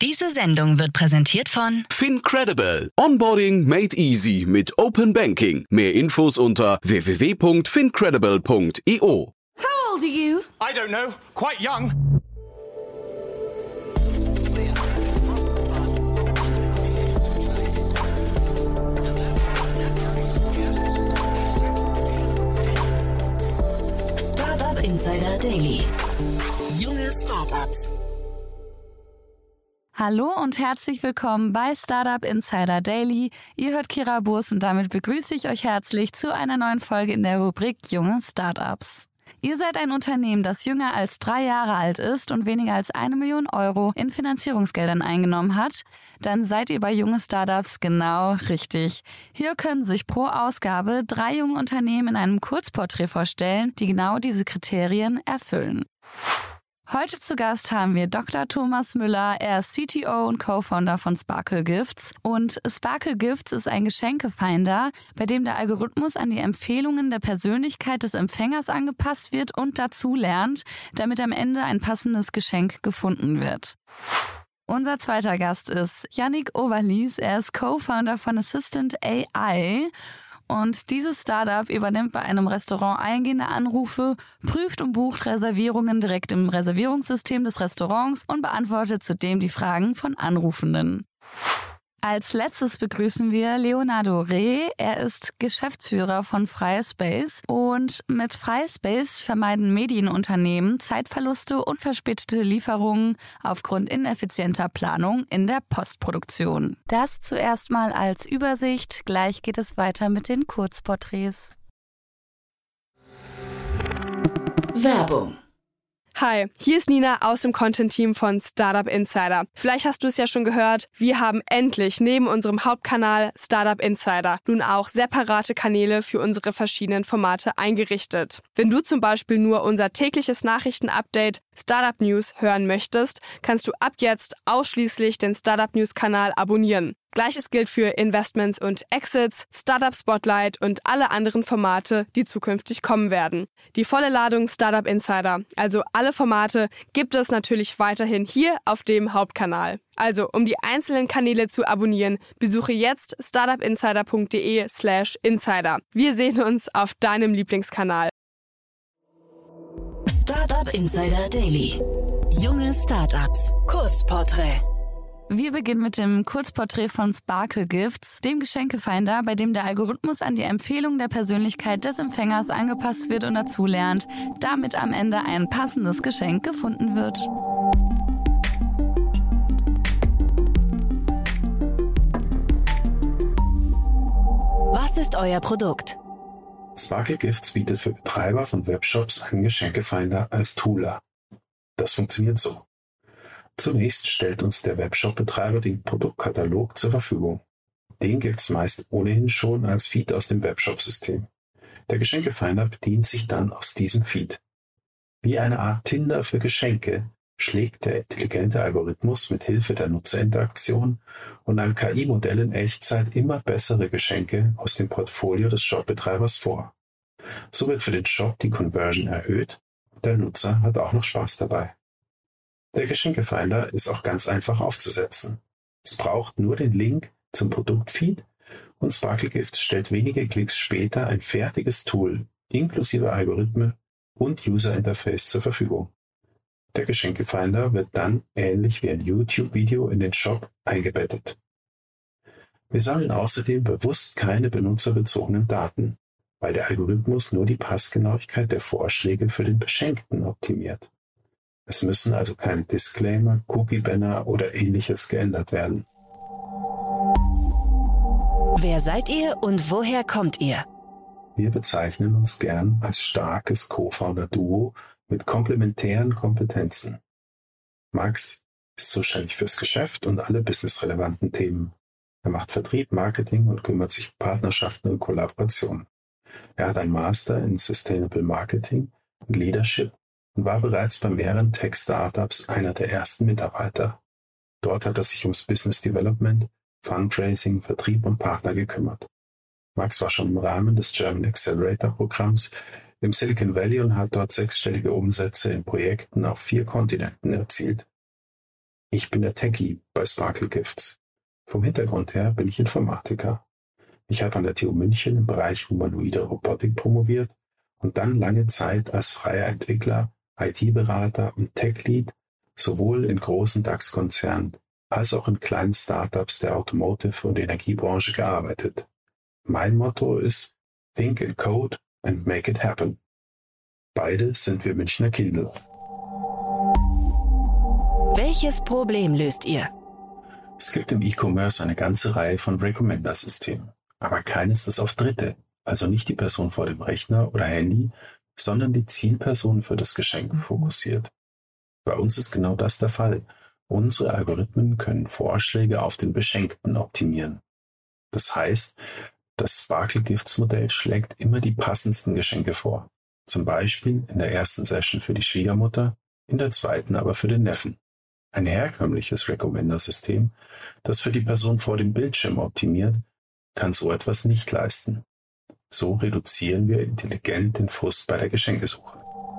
Diese Sendung wird präsentiert von FinCredible. Onboarding made easy mit Open Banking. Mehr Infos unter www.fincredible.io. How old are you? I don't know. Quite young. Startup Insider Daily. Junge Startups. Hallo und herzlich willkommen bei Startup Insider Daily. Ihr hört Kira Burs und damit begrüße ich euch herzlich zu einer neuen Folge in der Rubrik Junge Startups. Ihr seid ein Unternehmen, das jünger als 3 Jahre alt ist und weniger als 1 Million Euro in Finanzierungsgeldern eingenommen hat, dann seid ihr bei Junge Startups genau richtig. Hier können sich pro Ausgabe 3 junge Unternehmen in einem Kurzporträt vorstellen, die genau diese Kriterien erfüllen. Heute zu Gast haben wir Dr. Thomas Müller. Er ist CTO und Co-Founder von Sparkle Gifts. Und Sparkle Gifts ist ein Geschenkefinder, bei dem der Algorithmus an die Empfehlungen der Persönlichkeit des Empfängers angepasst wird und dazu lernt, damit am Ende ein passendes Geschenk gefunden wird. Unser zweiter Gast ist Yannick Overlies. Er ist Co-Founder von Assistant AI. Und dieses Startup übernimmt bei einem Restaurant eingehende Anrufe, prüft und bucht Reservierungen direkt im Reservierungssystem des Restaurants und beantwortet zudem die Fragen von Anrufenden. Als letztes begrüßen wir Leonardo Reh. Er ist Geschäftsführer von FreiSpace und mit FreiSpace vermeiden Medienunternehmen Zeitverluste und verspätete Lieferungen aufgrund ineffizienter Planung in der Postproduktion. Das zuerst mal als Übersicht. Gleich geht es weiter mit den Kurzporträts. Werbung. Hi, hier ist Nina aus dem Content-Team von Startup Insider. Vielleicht hast du es ja schon gehört, wir haben endlich neben unserem Hauptkanal Startup Insider nun auch separate Kanäle für unsere verschiedenen Formate eingerichtet. Wenn du zum Beispiel nur unser tägliches Nachrichtenupdate Startup News hören möchtest, kannst du ab jetzt ausschließlich den Startup News-Kanal abonnieren. Gleiches gilt für Investments und Exits, Startup Spotlight und alle anderen Formate, die zukünftig kommen werden. Die volle Ladung Startup Insider, also alle Formate, gibt es natürlich weiterhin hier auf dem Hauptkanal. Also, um die einzelnen Kanäle zu abonnieren, besuche jetzt startupinsider.de/insider. Wir sehen uns auf deinem Lieblingskanal. Startup Insider Daily. Junge Startups. Kurzporträt. Wir beginnen mit dem Kurzporträt von Sparkle Gifts, dem Geschenkefinder, bei dem der Algorithmus an die Empfehlung der Persönlichkeit des Empfängers angepasst wird und dazu lernt, damit am Ende ein passendes Geschenk gefunden wird. Was ist euer Produkt? Sparkle Gifts bietet für Betreiber von Webshops einen Geschenkefinder als Tooler. Das funktioniert so. Zunächst stellt uns der Webshop-Betreiber den Produktkatalog zur Verfügung. Den gibt es meist ohnehin schon als Feed aus dem Webshop-System. Der Geschenkefinder bedient sich dann aus diesem Feed. Wie eine Art Tinder für Geschenke schlägt der intelligente Algorithmus mit Hilfe der Nutzerinteraktion und einem KI-Modell in Echtzeit immer bessere Geschenke aus dem Portfolio des Shop-Betreibers vor. So wird für den Shop die Conversion erhöht und der Nutzer hat auch noch Spaß dabei. Der Geschenkefinder ist auch ganz einfach aufzusetzen. Es braucht nur den Link zum Produktfeed und Sparkle Gifts stellt wenige Klicks später ein fertiges Tool inklusive Algorithmen und User Interface zur Verfügung. Der Geschenkefinder wird dann ähnlich wie ein YouTube-Video in den Shop eingebettet. Wir sammeln außerdem bewusst keine benutzerbezogenen Daten, weil der Algorithmus nur die Passgenauigkeit der Vorschläge für den Beschenkten optimiert. Es müssen also keine Disclaimer, Cookie-Banner oder ähnliches geändert werden. Wer seid ihr und woher kommt ihr? Wir bezeichnen uns gern als starkes Co-Founder-Duo mit komplementären Kompetenzen. Max ist zuständig fürs Geschäft und alle businessrelevanten Themen. Er macht Vertrieb, Marketing und kümmert sich um Partnerschaften und Kollaborationen. Er hat ein Master in Sustainable Marketing und Leadership und war bereits bei mehreren Tech-Startups einer der ersten Mitarbeiter. Dort hat er sich ums Business Development, Fundraising, Vertrieb und Partner gekümmert. Max war schon im Rahmen des German Accelerator-Programms im Silicon Valley und hat dort 6-stellige Umsätze in Projekten auf 4 Kontinenten erzielt. Ich bin der Techie bei Sparkle Gifts. Vom Hintergrund her bin ich Informatiker. Ich habe an der TU München im Bereich humanoide Robotik promoviert und dann lange Zeit als freier Entwickler, IT-Berater und Tech-Lead sowohl in großen DAX-Konzernen als auch in kleinen Startups der Automotive- und Energiebranche gearbeitet. Mein Motto ist Think and Code and Make it happen. Beide sind wir Münchner Kindl. Welches Problem löst ihr? Es gibt im E-Commerce eine ganze Reihe von Recommender-Systemen, aber keines, das auf Dritte, also nicht die Person vor dem Rechner oder Handy, sondern die Zielperson für das Geschenk fokussiert. Bei uns ist genau das der Fall. Unsere Algorithmen können Vorschläge auf den Beschenkten optimieren. Das heißt, das Sparkle Gifts Modell schlägt immer die passendsten Geschenke vor. Zum Beispiel in der ersten Session für die Schwiegermutter, in der zweiten aber für den Neffen. Ein herkömmliches Recommender-System, das für die Person vor dem Bildschirm optimiert, kann so etwas nicht leisten. So reduzieren wir intelligent den Frust bei der Geschenkesuche.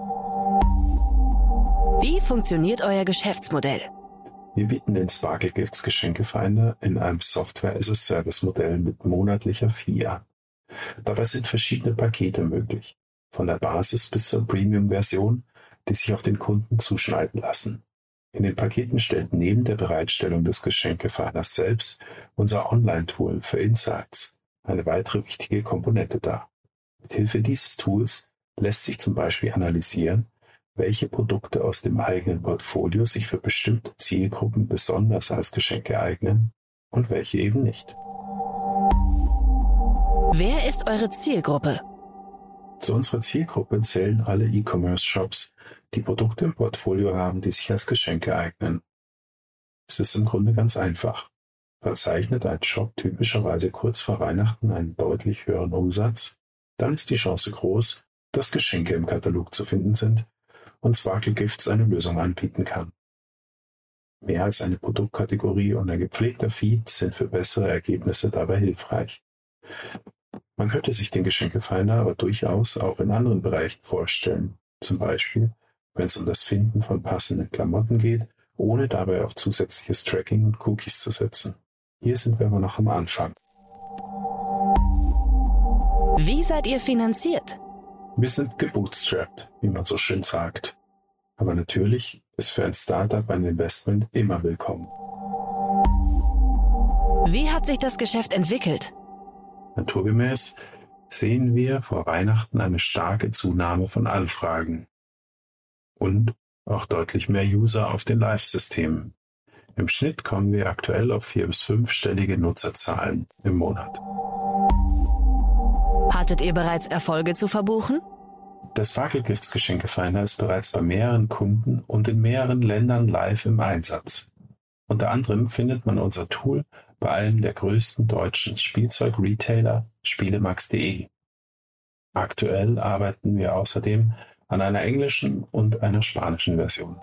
Wie funktioniert euer Geschäftsmodell? Wir bieten den Sparkle Gifts Geschenkefinder in einem Software-as-a-Service-Modell mit monatlicher Fee an. Dabei sind verschiedene Pakete möglich, von der Basis bis zur Premium-Version, die sich auf den Kunden zuschneiden lassen. In den Paketen stellt neben der Bereitstellung des Geschenkefinders selbst unser Online-Tool für Insights eine weitere wichtige Komponente dar. Mithilfe dieses Tools lässt sich zum Beispiel analysieren, welche Produkte aus dem eigenen Portfolio sich für bestimmte Zielgruppen besonders als Geschenke eignen und welche eben nicht. Wer ist eure Zielgruppe? Zu unserer Zielgruppe zählen alle E-Commerce-Shops, die Produkte im Portfolio haben, die sich als Geschenke eignen. Es ist im Grunde ganz einfach. Verzeichnet ein Shop typischerweise kurz vor Weihnachten einen deutlich höheren Umsatz, dann ist die Chance groß, dass Geschenke im Katalog zu finden sind und Sparkle Gifts eine Lösung anbieten kann. Mehr als eine Produktkategorie und ein gepflegter Feed sind für bessere Ergebnisse dabei hilfreich. Man könnte sich den Geschenkefinder aber durchaus auch in anderen Bereichen vorstellen, zum Beispiel, wenn es um das Finden von passenden Klamotten geht, ohne dabei auf zusätzliches Tracking und Cookies zu setzen. Hier sind wir aber noch am Anfang. Wie seid ihr finanziert? Wir sind gebootstrapped, wie man so schön sagt. Aber natürlich ist für ein Startup ein Investment immer willkommen. Wie hat sich das Geschäft entwickelt? Naturgemäß sehen wir vor Weihnachten eine starke Zunahme von Anfragen und auch deutlich mehr User auf den Live-Systemen. Im Schnitt kommen wir aktuell auf 4- bis 5-stellige Nutzerzahlen im Monat. Hattet ihr bereits Erfolge zu verbuchen? Der Sparkle Gifts Geschenkefinder ist bereits bei mehreren Kunden und in mehreren Ländern live im Einsatz. Unter anderem findet man unser Tool bei einem der größten deutschen Spielzeug-Retailer Spielemax.de. Aktuell arbeiten wir außerdem an einer englischen und einer spanischen Version.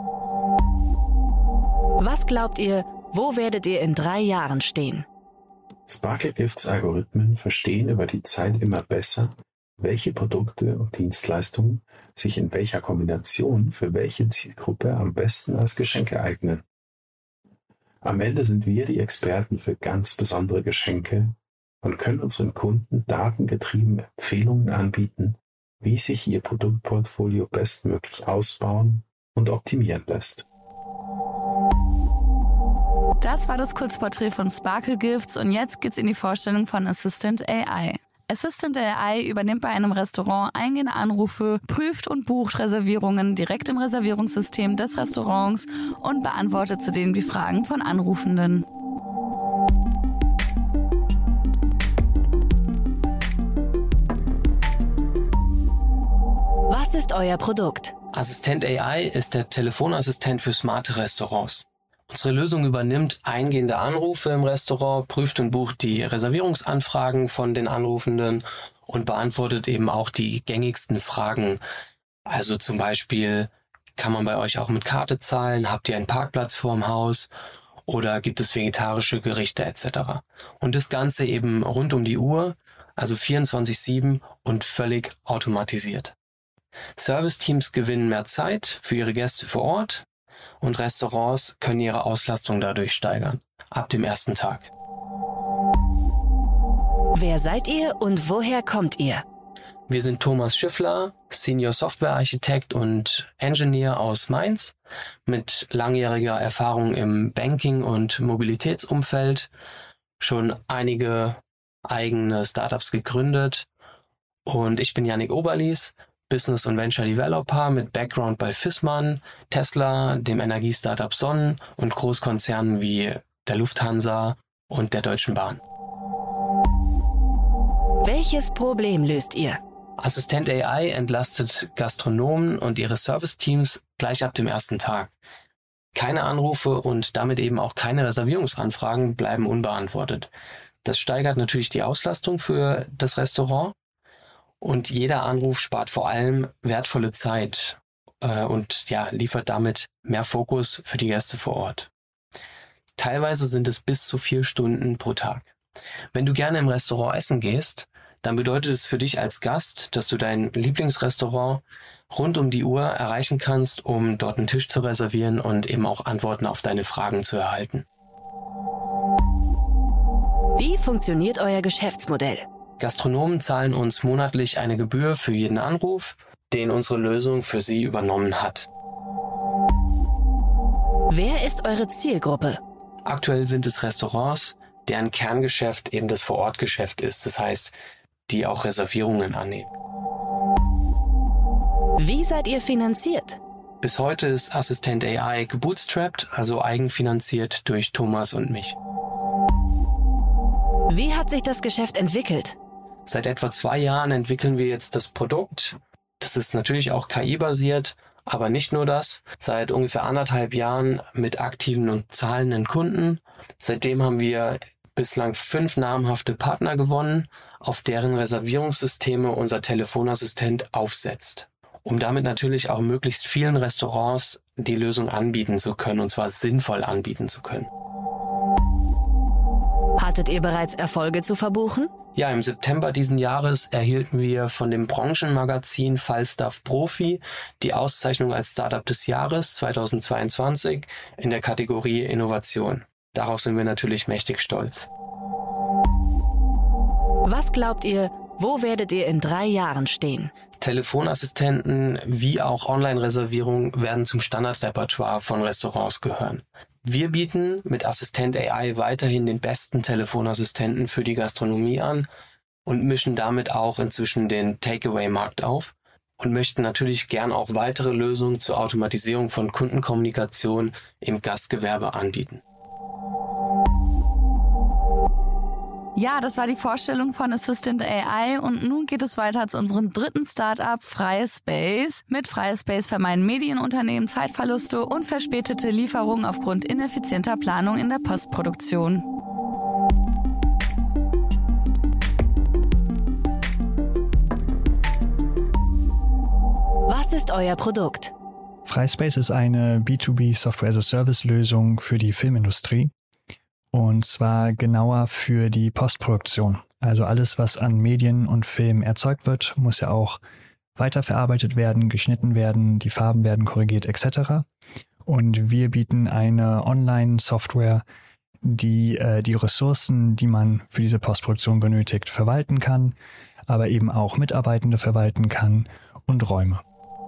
Was glaubt ihr, wo werdet ihr in 3 Jahren stehen? Sparkle Gifts Algorithmen verstehen über die Zeit immer besser, welche Produkte und Dienstleistungen sich in welcher Kombination für welche Zielgruppe am besten als Geschenke eignen. Am Ende sind wir die Experten für ganz besondere Geschenke und können unseren Kunden datengetrieben Empfehlungen anbieten, wie sich ihr Produktportfolio bestmöglich ausbauen und optimieren lässt. Das war das Kurzporträt von Sparkle Gifts und jetzt geht's in die Vorstellung von Assistant AI. Assistant AI übernimmt bei einem Restaurant eingehende Anrufe, prüft und bucht Reservierungen direkt im Reservierungssystem des Restaurants und beantwortet zudem die Fragen von Anrufenden. Was ist euer Produkt? Assistent AI ist der Telefonassistent für smarte Restaurants. Unsere Lösung übernimmt eingehende Anrufe im Restaurant, prüft und bucht die Reservierungsanfragen von den Anrufenden und beantwortet eben auch die gängigsten Fragen. Also zum Beispiel, kann man bei euch auch mit Karte zahlen? Habt ihr einen Parkplatz vorm Haus? Oder gibt es vegetarische Gerichte etc.? Und das Ganze eben rund um die Uhr, also 24/7 und völlig automatisiert. Serviceteams gewinnen mehr Zeit für ihre Gäste vor Ort. und Restaurants können ihre Auslastung dadurch steigern. Ab dem ersten Tag. Wer seid ihr und woher kommt ihr? Wir sind Thomas Schiffler, Senior Software Architekt und Engineer aus Mainz mit langjähriger Erfahrung im Banking- und Mobilitätsumfeld, schon einige eigene Startups gegründet. Und ich bin Yannick Oberlies, Business- und Venture Developer mit Background bei Fissmann, Tesla, dem Energiestartup Sonnen und Großkonzernen wie der Lufthansa und der Deutschen Bahn. Welches Problem löst ihr? Assistent AI entlastet Gastronomen und ihre Serviceteams gleich ab dem ersten Tag. Keine Anrufe und damit eben auch keine Reservierungsanfragen bleiben unbeantwortet. Das steigert natürlich die Auslastung für das Restaurant und jeder Anruf spart vor allem wertvolle Zeit und liefert damit mehr Fokus für die Gäste vor Ort. Teilweise sind es bis zu 4 Stunden pro Tag. Wenn du gerne im Restaurant essen gehst, dann bedeutet es für dich als Gast, dass du dein Lieblingsrestaurant rund um die Uhr erreichen kannst, um dort einen Tisch zu reservieren und eben auch Antworten auf deine Fragen zu erhalten. Wie funktioniert euer Geschäftsmodell? Gastronomen zahlen uns monatlich eine Gebühr für jeden Anruf, den unsere Lösung für sie übernommen hat. Wer ist eure Zielgruppe? Aktuell sind es Restaurants, deren Kerngeschäft eben das Vorortgeschäft ist, das heißt, die auch Reservierungen annehmen. Wie seid ihr finanziert? Bis heute ist Assistent AI gebootstrapped, also eigenfinanziert durch Thomas und mich. Wie hat sich das Geschäft entwickelt? Seit etwa 2 Jahren entwickeln wir jetzt das Produkt. Das ist natürlich auch KI-basiert, aber nicht nur das. Seit ungefähr 1,5 Jahren mit aktiven und zahlenden Kunden. Seitdem haben wir bislang 5 namhafte Partner gewonnen, auf deren Reservierungssysteme unser Telefonassistent aufsetzt, um damit natürlich auch möglichst vielen Restaurants die Lösung anbieten zu können, und zwar sinnvoll anbieten zu können. Hattet ihr bereits Erfolge zu verbuchen? Ja, im September diesen Jahres erhielten wir von dem Branchenmagazin Falstaff Profi die Auszeichnung als Startup des Jahres 2022 in der Kategorie Innovation. Darauf sind wir natürlich mächtig stolz. Was glaubt ihr, wo werdet ihr in 3 Jahren stehen? Telefonassistenten wie auch Online-Reservierung werden zum Standardrepertoire von Restaurants gehören. Wir bieten mit Assistent AI weiterhin den besten Telefonassistenten für die Gastronomie an und mischen damit auch inzwischen den Takeaway-Markt auf und möchten natürlich gern auch weitere Lösungen zur Automatisierung von Kundenkommunikation im Gastgewerbe anbieten. Ja, das war die Vorstellung von Assistent AI und nun geht es weiter zu unserem dritten Startup FreiSpace. Mit FreiSpace vermeiden Medienunternehmen Zeitverluste und verspätete Lieferungen aufgrund ineffizienter Planung in der Postproduktion. Was ist euer Produkt? FreiSpace ist eine B2B Software-as-a-Service-Lösung für die Filmindustrie. Und zwar genauer für die Postproduktion. Also alles, was an Medien und Film erzeugt wird, muss ja auch weiterverarbeitet werden, geschnitten werden, die Farben werden korrigiert etc. Und wir bieten eine Online-Software, die die Ressourcen, die man für diese Postproduktion benötigt, verwalten kann, aber eben auch Mitarbeitende verwalten kann und Räume.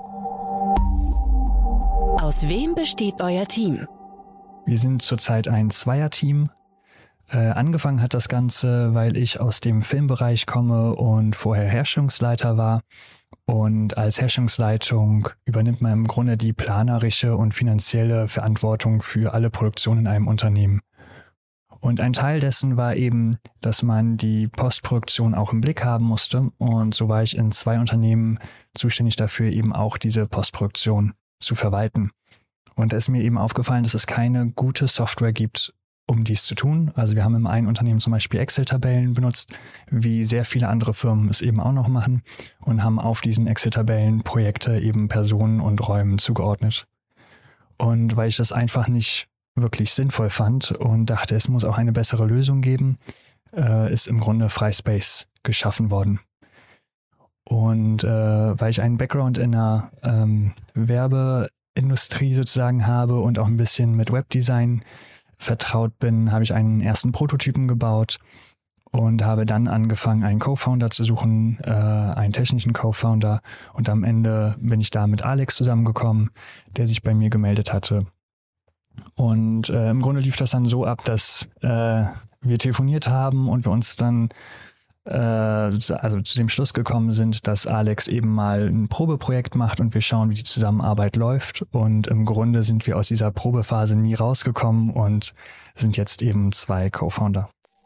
Aus wem besteht euer Team? Wir sind zurzeit ein Zweierteam. Angefangen hat das Ganze, weil ich aus dem Filmbereich komme und vorher Herstellungsleiter war. Und als Herstellungsleitung übernimmt man im Grunde die planerische und finanzielle Verantwortung für alle Produktionen in einem Unternehmen. Und ein Teil dessen war eben, dass man die Postproduktion auch im Blick haben musste. Und so war ich in 2 Unternehmen zuständig dafür, eben auch diese Postproduktion zu verwalten. Und da ist mir eben aufgefallen, dass es keine gute Software gibt, um dies zu tun. Also wir haben im einen Unternehmen zum Beispiel Excel-Tabellen benutzt, wie sehr viele andere Firmen es eben auch noch machen und haben auf diesen Excel-Tabellen Projekte eben Personen und Räumen zugeordnet. Und weil ich das einfach nicht wirklich sinnvoll fand und dachte, es muss auch eine bessere Lösung geben, ist im Grunde FreiSpace geschaffen worden. Und weil ich einen Background in der Industrie sozusagen habe und auch ein bisschen mit Webdesign vertraut bin, habe ich einen ersten Prototypen gebaut und habe dann angefangen, einen Co-Founder zu suchen, einen technischen Co-Founder. Und am Ende bin ich da mit Alex zusammengekommen, der sich bei mir gemeldet hatte. Und im Grunde lief das dann so ab, dass wir telefoniert haben und wir uns dann also zu dem Schluss gekommen sind, dass Alex eben mal ein Probeprojekt macht und wir schauen, wie die Zusammenarbeit läuft. Und im Grunde sind wir aus dieser Probephase nie rausgekommen und sind jetzt eben 2 Co-Founder.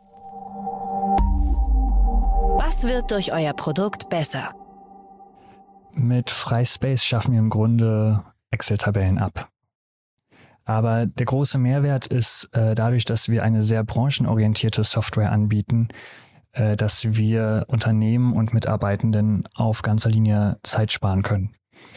Was wird durch euer Produkt besser? Mit FreiSpace schaffen wir im Grunde Excel-Tabellen ab. Aber der große Mehrwert ist dadurch, dass wir eine sehr branchenorientierte Software anbieten, dass wir Unternehmen und Mitarbeitenden auf ganzer Linie Zeit sparen können.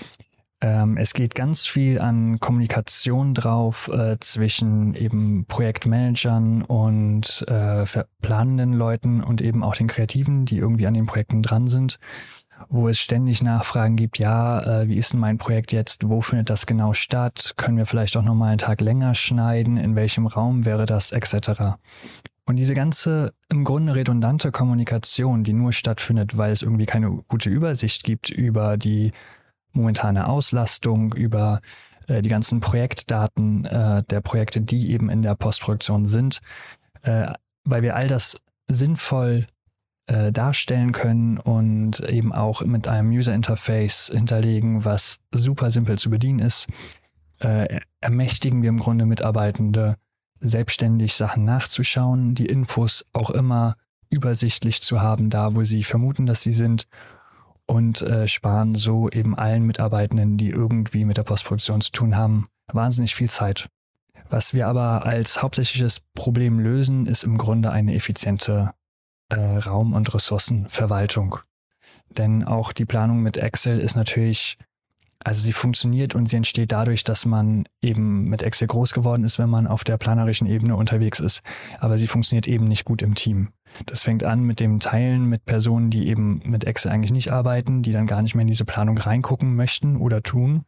Es geht ganz viel an Kommunikation drauf zwischen eben Projektmanagern und planenden Leuten und eben auch den Kreativen, die irgendwie an den Projekten dran sind, wo es ständig Nachfragen gibt, wie ist denn mein Projekt jetzt, wo findet das genau statt, können wir vielleicht auch nochmal einen Tag länger schneiden, in welchem Raum wäre das, etc. Und diese ganze im Grunde redundante Kommunikation, die nur stattfindet, weil es irgendwie keine gute Übersicht gibt über die momentane Auslastung, über die ganzen Projektdaten der Projekte, die eben in der Postproduktion sind, weil wir all das sinnvoll darstellen können und eben auch mit einem User-Interface hinterlegen, was super simpel zu bedienen ist, ermächtigen wir im Grunde Mitarbeitende, selbstständig Sachen nachzuschauen, die Infos auch immer übersichtlich zu haben, da wo sie vermuten, dass sie sind, und sparen so eben allen Mitarbeitenden, die irgendwie mit der Postproduktion zu tun haben, wahnsinnig viel Zeit. Was wir aber als hauptsächliches Problem lösen, ist im Grunde eine effiziente Raum- und Ressourcenverwaltung. Denn auch die Planung mit Excel ist natürlich, also sie funktioniert und sie entsteht dadurch, dass man eben mit Excel groß geworden ist, wenn man auf der planerischen Ebene unterwegs ist. Aber sie funktioniert eben nicht gut im Team. Das fängt an mit dem Teilen mit Personen, die eben mit Excel eigentlich nicht arbeiten, die dann gar nicht mehr in diese Planung reingucken möchten oder tun.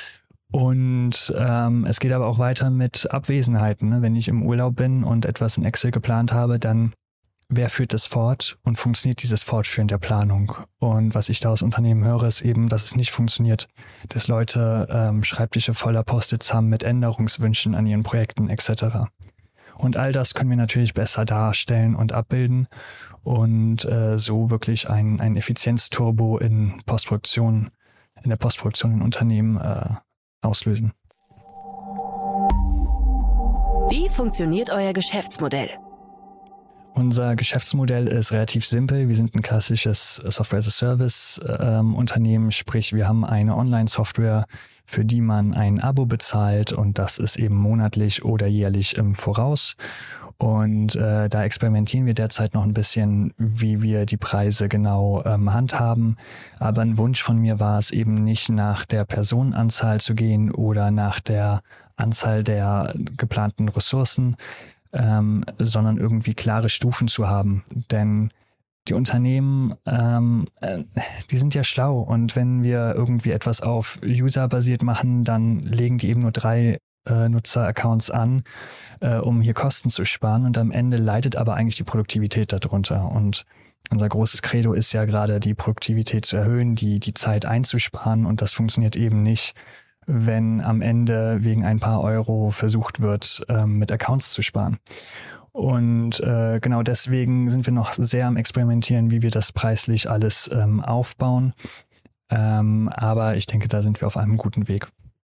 Und es geht aber auch weiter mit Abwesenheiten. Ne? Wenn ich im Urlaub bin und etwas in Excel geplant habe, dann wer führt das fort und funktioniert dieses Fortführen der Planung? Und was ich da aus Unternehmen höre, ist eben, dass es nicht funktioniert, dass Leute Schreibtische voller Post-its haben mit Änderungswünschen an ihren Projekten etc. Und all das können wir natürlich besser darstellen und abbilden und so wirklich ein Effizienzturbo in der Postproduktion in Unternehmen auslösen. Wie funktioniert euer Geschäftsmodell? Unser Geschäftsmodell ist relativ simpel. Wir sind ein klassisches Software-as-a-Service-Unternehmen, sprich wir haben eine Online-Software, für die man ein Abo bezahlt und das ist eben monatlich oder jährlich im Voraus. Und da experimentieren wir derzeit noch ein bisschen, wie wir die Preise genau handhaben. Aber ein Wunsch von mir war es eben nicht nach der Personenanzahl zu gehen oder nach der Anzahl der geplanten Ressourcen, sondern irgendwie klare Stufen zu haben. Denn die Unternehmen, die sind ja schlau und wenn wir irgendwie etwas auf User-basiert machen, dann legen die eben nur 3 Nutzer-Accounts an, um hier Kosten zu sparen und am Ende leidet aber eigentlich die Produktivität darunter. Und unser großes Credo ist ja gerade, die Produktivität zu erhöhen, die Zeit einzusparen und das funktioniert eben nicht, wenn am Ende wegen ein paar Euro versucht wird, mit Accounts zu sparen. Und genau deswegen sind wir noch sehr am Experimentieren, wie wir das preislich alles aufbauen. Aber ich denke, da sind wir auf einem guten Weg.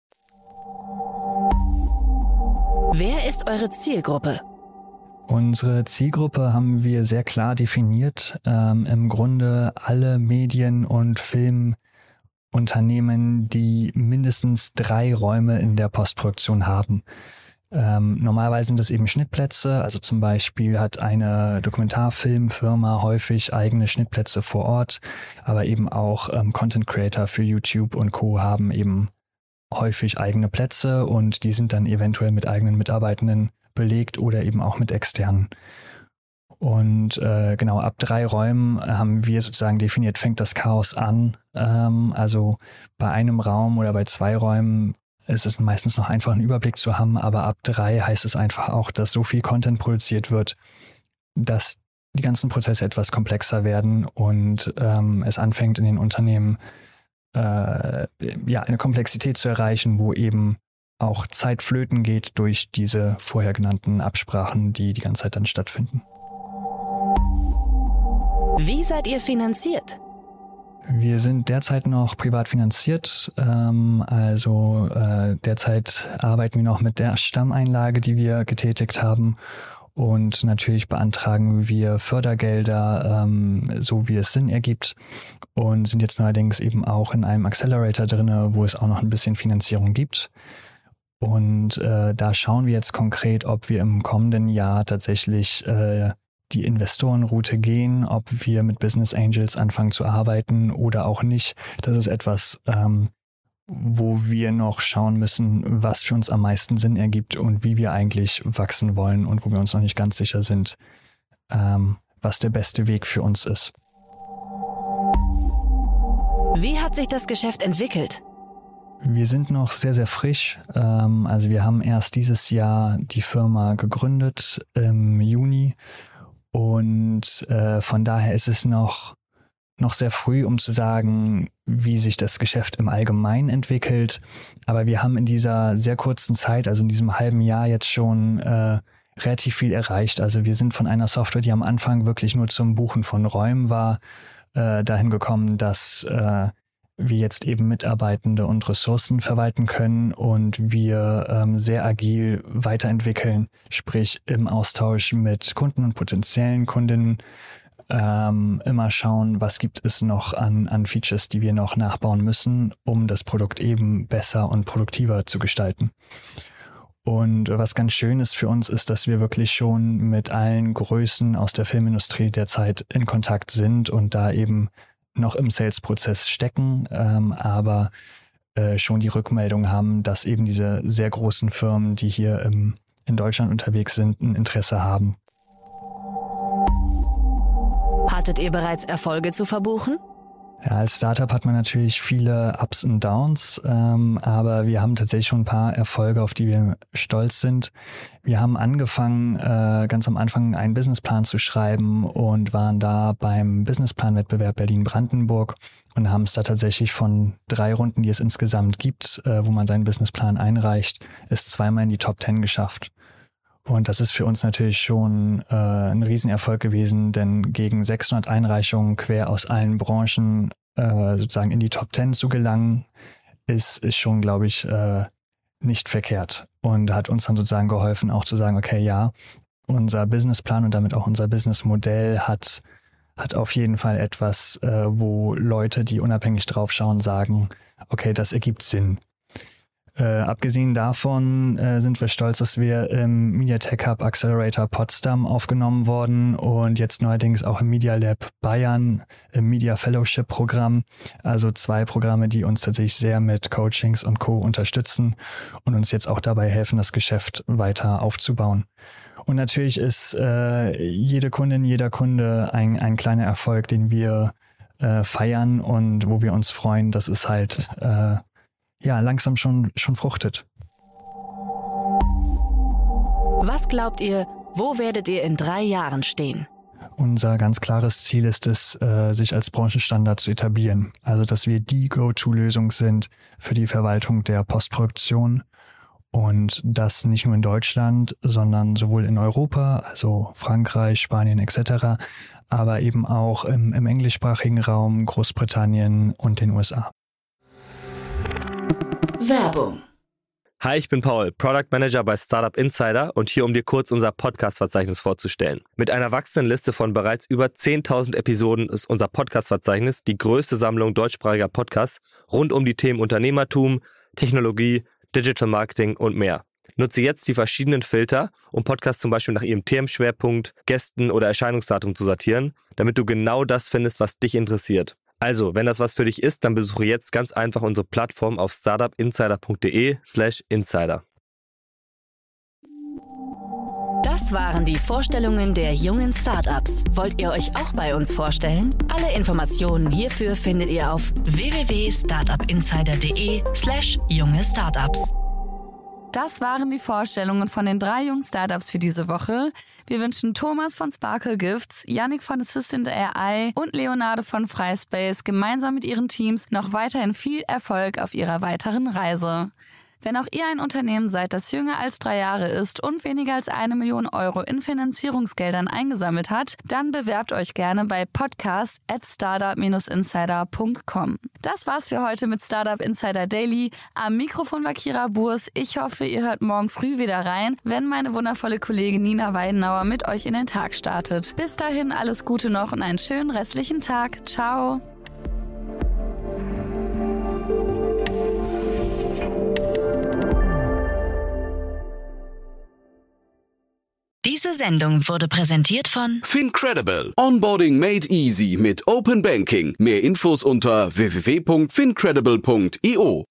Wer ist eure Zielgruppe? Unsere Zielgruppe haben wir sehr klar definiert. Im Grunde alle Medien- und Filmunternehmen, die mindestens 3 Räume in der Postproduktion haben. Normalerweise sind das eben Schnittplätze, also zum Beispiel hat eine Dokumentarfilmfirma häufig eigene Schnittplätze vor Ort, aber eben auch Content Creator für YouTube und Co. haben eben häufig eigene Plätze und die sind dann eventuell mit eigenen Mitarbeitenden belegt oder eben auch mit externen. Und genau ab 3 Räumen haben wir sozusagen definiert, fängt das Chaos an. Also bei einem Raum oder bei 2 Räumen es ist meistens noch einfach einen Überblick zu haben, aber ab 3 heißt es einfach auch, dass so viel Content produziert wird, dass die ganzen Prozesse etwas komplexer werden und es anfängt in den Unternehmen eine Komplexität zu erreichen, wo eben auch Zeit flöten geht durch diese vorher genannten Absprachen, die die ganze Zeit dann stattfinden. Wie seid ihr finanziert? Wir sind derzeit noch privat finanziert, derzeit arbeiten wir noch mit der Stammeinlage, die wir getätigt haben, und natürlich beantragen wir Fördergelder, so wie es Sinn ergibt, und sind jetzt neuerdings eben auch in einem Accelerator drin, wo es auch noch ein bisschen Finanzierung gibt. Und da schauen wir jetzt konkret, ob wir im kommenden Jahr tatsächlich die Investorenroute gehen, ob wir mit Business Angels anfangen zu arbeiten oder auch nicht. Das ist etwas, wo wir noch schauen müssen, was für uns am meisten Sinn ergibt und wie wir eigentlich wachsen wollen und wo wir uns noch nicht ganz sicher sind, was der beste Weg für uns ist. Wie hat sich das Geschäft entwickelt? Wir sind noch sehr, sehr frisch. Wir haben erst dieses Jahr die Firma gegründet im Juni. Und von daher ist es noch sehr früh, um zu sagen, wie sich das Geschäft im Allgemeinen entwickelt. Aber wir haben in dieser sehr kurzen Zeit, also in diesem halben Jahr jetzt schon relativ viel erreicht. Also wir sind von einer Software, die am Anfang wirklich nur zum Buchen von Räumen war, dahin gekommen, dass wir jetzt eben Mitarbeitende und Ressourcen verwalten können und wir sehr agil weiterentwickeln, sprich im Austausch mit Kunden und potenziellen Kundinnen immer schauen, was gibt es noch an Features, die wir noch nachbauen müssen, um das Produkt eben besser und produktiver zu gestalten. Und was ganz schön ist für uns, ist, dass wir wirklich schon mit allen Größen aus der Filmindustrie derzeit in Kontakt sind und da eben noch im Sales-Prozess stecken, aber schon die Rückmeldung haben, dass eben diese sehr großen Firmen, die hier in Deutschland unterwegs sind, ein Interesse haben. Hattet ihr bereits Erfolge zu verbuchen? Ja, als Startup hat man natürlich viele Ups und Downs, aber wir haben tatsächlich schon ein paar Erfolge, auf die wir stolz sind. Wir haben angefangen, ganz am Anfang einen Businessplan zu schreiben und waren da beim Businessplan-Wettbewerb Berlin-Brandenburg und haben es da tatsächlich von 3 Runden, die es insgesamt gibt, wo man seinen Businessplan einreicht, es 2-mal in die Top 10 geschafft. Und das ist für uns natürlich schon ein Riesenerfolg gewesen, denn gegen 600 Einreichungen quer aus allen Branchen sozusagen in die Top 10 zu gelangen, ist schon, glaube ich, nicht verkehrt. Und hat uns dann sozusagen geholfen, auch zu sagen, okay, ja, unser Businessplan und damit auch unser Businessmodell hat auf jeden Fall etwas, wo Leute, die unabhängig drauf schauen, sagen, okay, das ergibt Sinn. Abgesehen davon sind wir stolz, dass wir im MediaTek Hub Accelerator Potsdam aufgenommen wurden und jetzt neuerdings auch im Media Lab Bayern im Media Fellowship Programm. Also 2 Programme, die uns tatsächlich sehr mit Coachings und Co. unterstützen und uns jetzt auch dabei helfen, das Geschäft weiter aufzubauen. Und natürlich ist jede Kundin, jeder Kunde ein kleiner Erfolg, den wir feiern und wo wir uns freuen, dass es halt langsam schon fruchtet. Was glaubt ihr, wo werdet ihr in 3 Jahren stehen? Unser ganz klares Ziel ist es, sich als Branchenstandard zu etablieren. Also, dass wir die Go-To-Lösung sind für die Verwaltung der Postproduktion und das nicht nur in Deutschland, sondern sowohl in Europa, also Frankreich, Spanien etc., aber eben auch im englischsprachigen Raum, Großbritannien und den USA. Werbung. Hi, ich bin Paul, Product Manager bei Startup Insider und hier, um dir kurz unser Podcast-Verzeichnis vorzustellen. Mit einer wachsenden Liste von bereits über 10.000 Episoden ist unser Podcast-Verzeichnis die größte Sammlung deutschsprachiger Podcasts rund um die Themen Unternehmertum, Technologie, Digital Marketing und mehr. Nutze jetzt die verschiedenen Filter, um Podcasts zum Beispiel nach ihrem Themenschwerpunkt, Gästen oder Erscheinungsdatum zu sortieren, damit du genau das findest, was dich interessiert. Also, wenn das was für dich ist, dann besuche jetzt ganz einfach unsere Plattform auf startupinsider.de/insider. Das waren die Vorstellungen der jungen Startups. Wollt ihr euch auch bei uns vorstellen? Alle Informationen hierfür findet ihr auf www.startupinsider.de/junge Startups. Das waren die Vorstellungen von den 3 jungen Startups für diese Woche. Wir wünschen Thomas von Sparkle Gifts, Yannick von Assistant AI und Leonardo von Fryspace gemeinsam mit ihren Teams noch weiterhin viel Erfolg auf ihrer weiteren Reise. Wenn auch ihr ein Unternehmen seid, das jünger als 3 Jahre ist und weniger als 1 Million Euro in Finanzierungsgeldern eingesammelt hat, dann bewerbt euch gerne bei podcast@startup-insider.com. Das war's für heute mit Startup Insider Daily. Am Mikrofon war Kira Burs. Ich hoffe, ihr hört morgen früh wieder rein, wenn meine wundervolle Kollegin Nina Weidenauer mit euch in den Tag startet. Bis dahin alles Gute noch und einen schönen restlichen Tag. Ciao! Diese Sendung wurde präsentiert von Fincredible. Onboarding made easy mit Open Banking. Mehr Infos unter www.fincredible.io.